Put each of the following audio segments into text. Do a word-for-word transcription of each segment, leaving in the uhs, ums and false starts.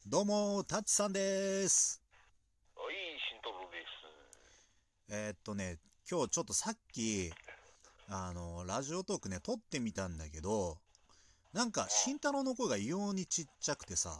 どうも、タッチさんです。 はい、慎太郎です。 えーっとね、今日ちょっとさっき、あの、ラジオトークね、撮ってみたんだけど、なんか、 うん。 慎太郎の声が異様にちっちゃくてさ、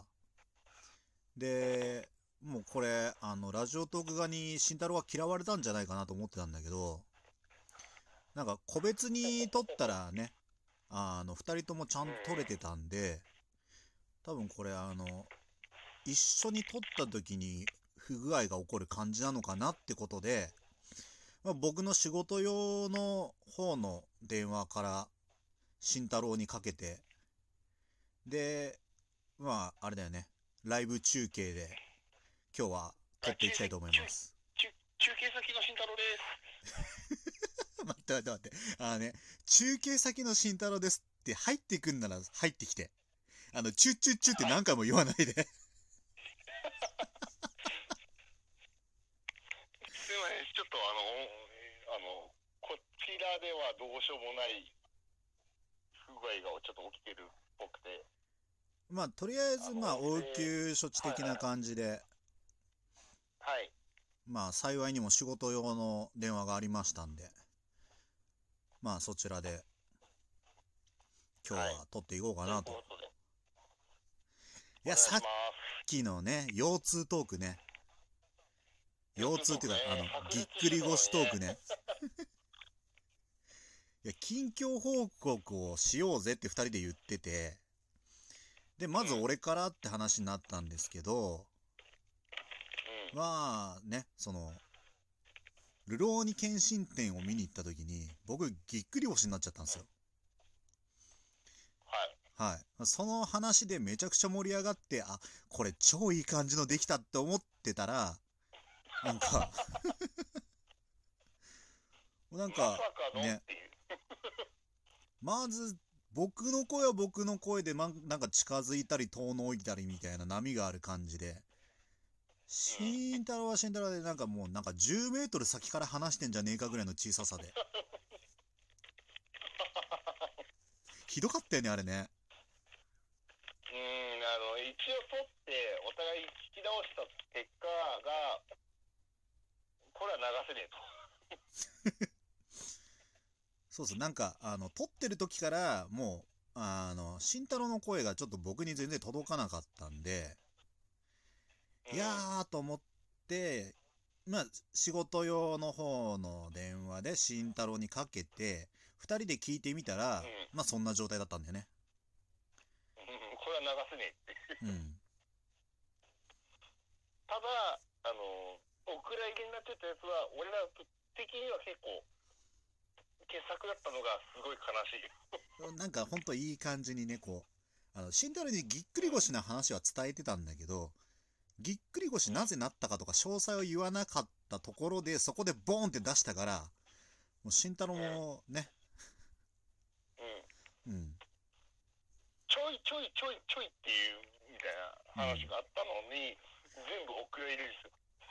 で、もうこれ、あの、ラジオトーク側に慎太郎は嫌われたんじゃないかなと思ってたんだけど、なんか、個別に撮ったらね、あの、二人ともちゃうん。うんと撮れてたんで、多分これ、あの、一緒に撮った時に不具合が起こる感じなのかなってことで、まあ、僕の仕事用の方の電話から慎太郎にかけて、で、まあ、あれだよね。ライブ中継で今日は撮ん。あ、中継、 っていきたいと思い中、 ます。 中、中継先の慎太郎です。 待って待って待って。あのね、中継先の慎太郎ですって入ってくんなら入ってきて。あの、チュッチュッチュってはい。 何回も言わないで。 すいません。ちょっとあの、あの、こちらではどうしようもない不具合がちょっと起きてるっぽくて、 まあ、とりあえず、 あの、 まあ、 音声、 応急処置的なはいはい感じで、 はい。 まあ、幸いにも仕事用の電話がありましたんで、まあ、そちらで今日はい。 は撮っていこうかというなと。 ことで、 いや、さっお願いします。 きのね、腰痛トークね。 腰痛トークね、 腰痛っていうか、あの、 炸裂ぎっくしてたのり腰にね。 トークね。いや、近況報告をしようぜって二人で言ってて、で、まずうん。 俺からって話になったんですけど、 うん。 まあね、その、ルローニケンシン展を見に行った時に、僕、ぎっくり腰になっちゃったんですよ。 はい。 はい。その話でめちゃくちゃ盛り上がって、あ、これ超いい感じのできたって思ってたら、なんかなんまか、 さかのっね、 ていう。 まず、僕の声は僕の声で、ま、なんか近づいたり遠のいたりみたいな波がある感じで、 うん。 慎太郎は慎太郎でなんかもうなんかじゅうメートル先から話してんじゃねえかぐらいの小ささで。ひどかったよね、あれね。 うーん、あの、一応取って、お互い聞き直した結果が、これは流せねえと。 そうそう、なんか、あの、撮ってる時から、もう、あの、慎太郎の声がちょっと僕に全然届かなかったんで、 うん。 いやーと思って、まあ、仕事用の方の電話で慎太郎にかけて、二人で聞いてみたら、 うん。 まあそんな状態だったんだよね。 うん、これは流せねえって。 うん。 ただ、あの、お蔵入りになってたやつは、俺ら的には結構、傑作だったのがすごい悲しい。 なんかほんといい感じにね、こう、あの、慎太郎にぎっくりうん。 腰な話は伝えてたんだけど、ぎっくり腰うん。 なぜなったかとか詳細を言わなかったところで、そこでボーンって出したから、もう慎太郎うん。 もね、 うん。 うん、 ちょいちょいちょいちょいっていう、みたいうん。 な話があったのに、全部お蔵入りですよ。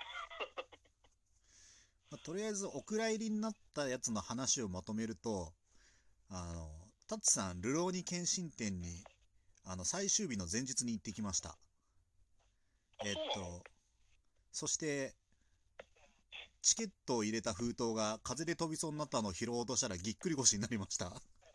まあ、とりあえずお蔵入りになったやつの話をまとめると、あの、タッチさん、ルローニケンシン店に、あの、最終日の前日に行ってきました。 あ、 えっそうなの？ と、そして、チケットを入れた封筒が風で飛びそうになったのを拾おうとしたらぎっくり腰になりました。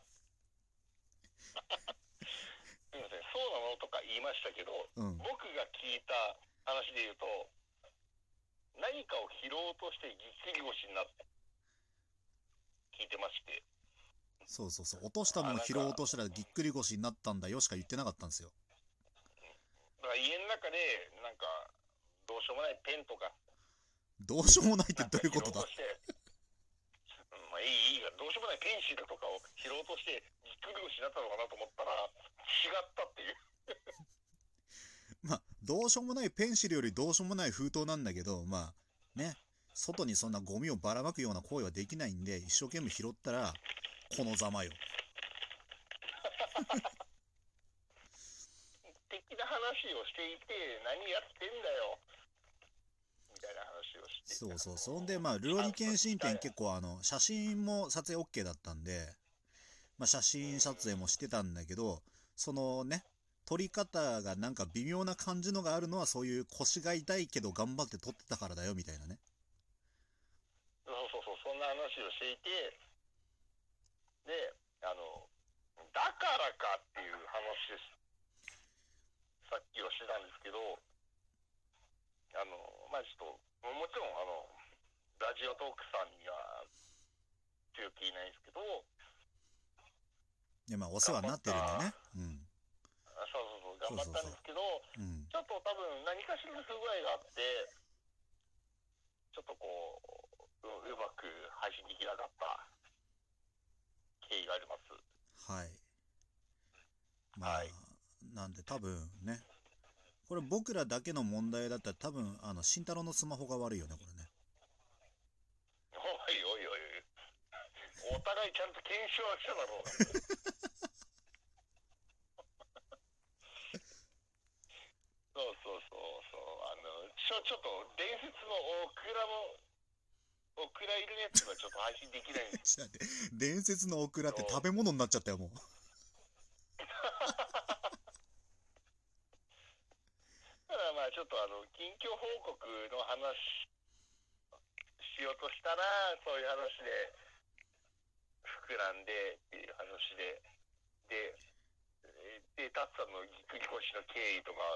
すみません、そうなのとか言いましたけど、 うん。 僕が聞いた話で言うと、何かを拾おうとしてぎっくり腰になって聞いてまして、 そうそうそう。落としたもあ、 のなんか、 拾おうとしたらぎっくり腰になったんだよしか言ってなかったんですよ。 だから家の中で、なんか、どうしようもないペンとか、 どうしようもないってなんか拾どういうことだ？ おうとして、うん、まあいい、いいが、どうしようもないペンシルとかを拾おうとして、ぎっくり腰になったのかなと思ったら、違ったっていう。 まあ、どうしようもないペンシルよりどうしようもない封筒なんだけど、まあ、ね、外にそんなゴミをばらまくような行為はできないんで、一生懸命拾ったら、このざまよ。 的な話をしていて、何やってんだよ、みたいな話をして、あそうそう。そんで、 の、 まあ、ルロニケンシンちゃんと店結構あの、写真も撮影 OK だったんで、まあ、写真撮影もしてたんだけど、そのね、 取り方がなんか微妙な感じのがあるのは、そういう腰が痛いけど頑張って取ってたからだよみたいなね。 そうそうそう、そんな話をしていて、で、あの、だからかっていう話です。さっきはしてたんですけど、あの、まあちょっと、もちろん、あの、ラジオトークさんには強く言えないですけど、 いや、まあお世話になってるんでね。うん。 あそうそうそう、頑張ったんですけど、 うん。 ちょっと多分何かしらの不具合があって、ちょっとこう、ううまく配信できなかった経緯があります。 はい。まあ、 はい。 なんで多分ね、これ僕らだけの問題だったら多分、あの、慎太郎のスマホが悪いよね、これね。 おいおいおいおい、お互いちゃんと検証はしただろうが。そうそうそうそう、あの、ちょ、ちょっと伝説のオクラの、オクラいるやつはちょっと配信できないんですちょっと待って、伝説のオクラってよ。 食べ物になっちゃったよ、もう。 ただまあちょっとあの、近況報告の話しようとしたら、そういう話で膨らんでっていう話で、で、で、タツさんのぎっくり腰の経緯とか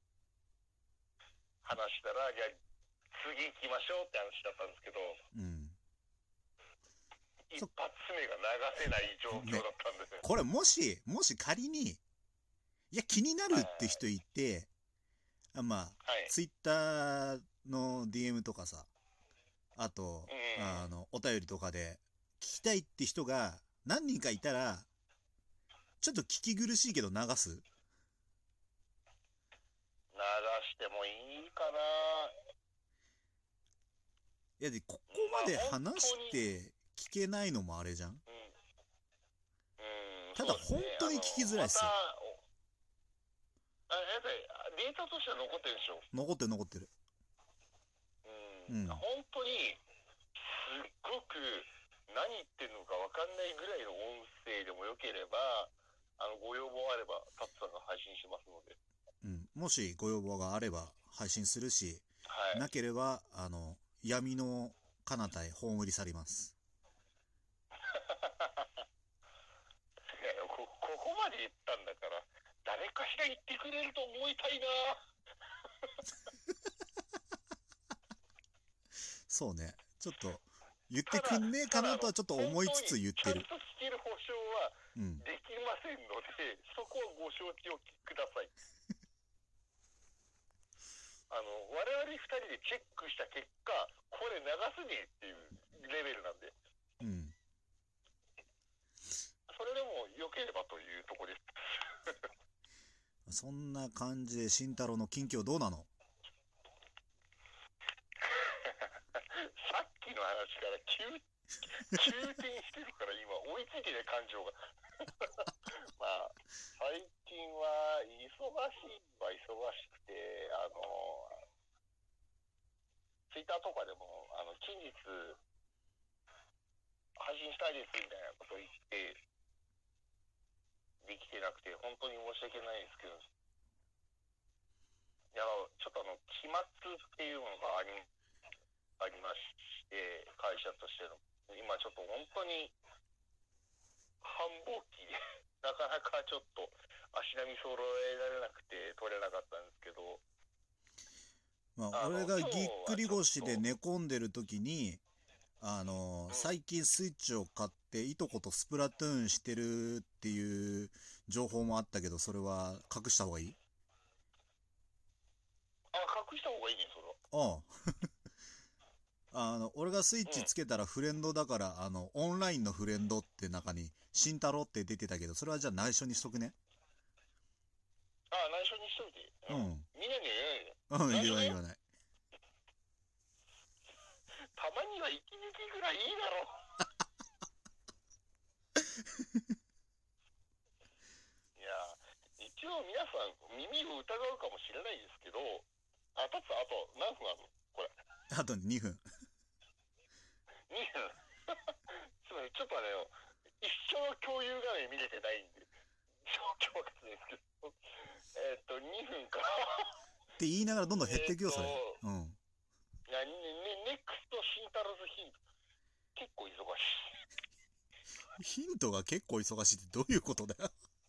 話したら、じゃあ次行きましょうって話だったんですけど、 うん。 一発目が流せない状況だったんですよ。 これもし、もし仮に、いや、気になるって人いて、あまあ、 はい。 ツイッターの ディーエム とかさ、あと、 うん。 あの、お便りとかで聞きたいって人が何人かいたら、ちょっと聞き苦しいけど流す。 流してもいいかな。 いやで、ここまで話して聞けないのもあれじゃん。 うん。うん、 ただそうですね。 本当に聞きづらいっすよ。 また、あやっぱりデータとしては残ってるでしょ。 残ってる残ってる。 うん。 うん。 本当に、すっごく何言ってるのか分かんないぐらいの音声でもよければ、あの、ご要望あれば、タツさんが配信しますので。 うん。もしご要望があれば配信するし、 はい。 なければ、あの、闇の彼方へ葬り去ります。 いやこ、ここまで言ったんだから、誰かしら言ってくれると思いたいな。 そうね。ちょっと、言ってくんねえかなとはちょっと思いつつ言ってる。 ちゃんと聞ける保証はうん。 できませんので、そこはご承知をください。あの、我々二人でチェックした結果、これ流せねえっていうレベルなんで。 うん。 それでも良ければというところです。 そんな感じで慎太郎の近況どうなの？ さっきの話から急急転してるから今追いついてない感情がまあ最近は忙しいは忙しくて、あのツイッターとかでもあの近日配信したいですみたいなことを言ってできてなくて本当に申し訳ないですけど、いやちょっとあの期末っていうのがありありまして、会社としての今ちょっと本当に繁忙期でなかなかちょっと足並み揃えられなくて取れなかったんですけど、 まあ、 あの俺がぎっくり今日は腰でちょっと寝込んでる時に、あのーうん、 最近スイッチを買っていとことスプラトゥーンしてるっていう情報もあったけど、それは隠した方がいい？ あ隠した方がいいねそれは。 ああ。あの、俺がスイッうん。 チつけたらフレンドだから、あの、オンラインのフレンドって中に、慎太郎って出てたけど、それはじゃあ内緒にしとくね。 あ内緒にしといて。 うん。 うん。みんなには言えないで。 うん、 内緒だよ。 言わない言わない。 たまには息抜きぐらいいいだろう。いや一応皆さん耳を疑うかもしれないですけど、あたつあと何分あるのこれ？ あとにふん。 にふんすみません、ちょっとあの一緒の共有画面見れてないんで状況わかんないですけど、 えっと、にふんか。 って言いながらどんどん減っていくよ、それ。うん。 いや、ね、ね、ネクストシンタロズヒント。結構忙しい。 ヒントが結構忙しいってどういうことだよ。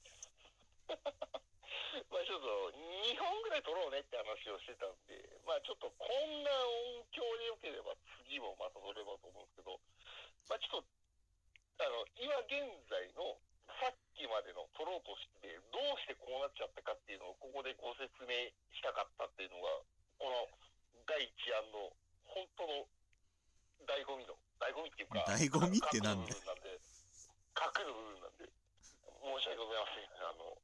まあちょっとにほんぐらい撮ろうねって話をしてたんで、まあちょっとこんな音響でよければ次もまた撮ればと思うんですけど、まあちょっと、あの、今現在のさっきまでの撮ろうとしてどうしてこうなっちゃったかっていうのをここでご説明したかったっていうのが、この第一案の本当の醍醐味の、醍醐味っていうか、 醍醐味ってなんだよ。 核の部分なんで、申し訳ございません。あの、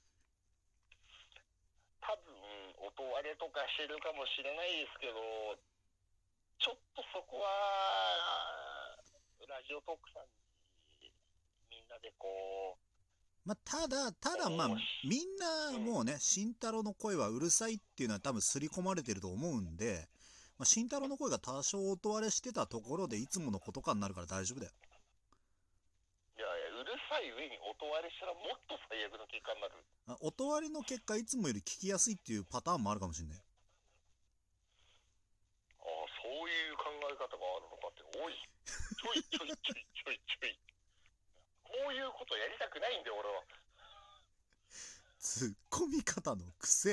多分、音割れとかしてるかもしれないですけど、ちょっとそこは、ラジオトークさんにみんなでこう、 まあ、ただ、ただ、まあ、みんなもうね、慎太郎の声はうるさいっていうのは多分刷り込まれてると思うんで、まあ、慎太郎の声が多少音割れしてたところでいつものことかになるから大丈夫だよ。 いやいや、うるさい上に音割れしたらもっと最悪の結果になる。 あ、音割れの結果いつもより聞きやすいっていうパターンもあるかもしれない。 ああ、そういう考え方があるのかって、おい、ちょいちょいちょいちょいちょい。こういうことやりたくないんだよ、俺は。 ツッコミ方の癖。 い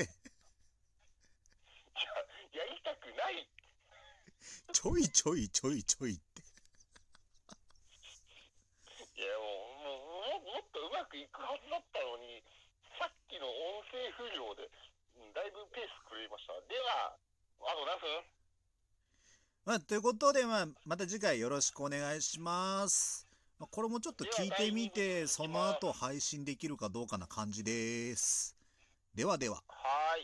や、やりたくない。 ちょいちょいちょいちょいって。 いや、もう、もう、もっとうまくいくはずだったのに、さっきの音声不良で、だいぶペース狂いました。では、あと何分？ まあ、ということで、まあ、また次回よろしくお願いします。まあ、これもちょっと聞いてみて、その後配信できるかどうかな感じです。ではでは。 は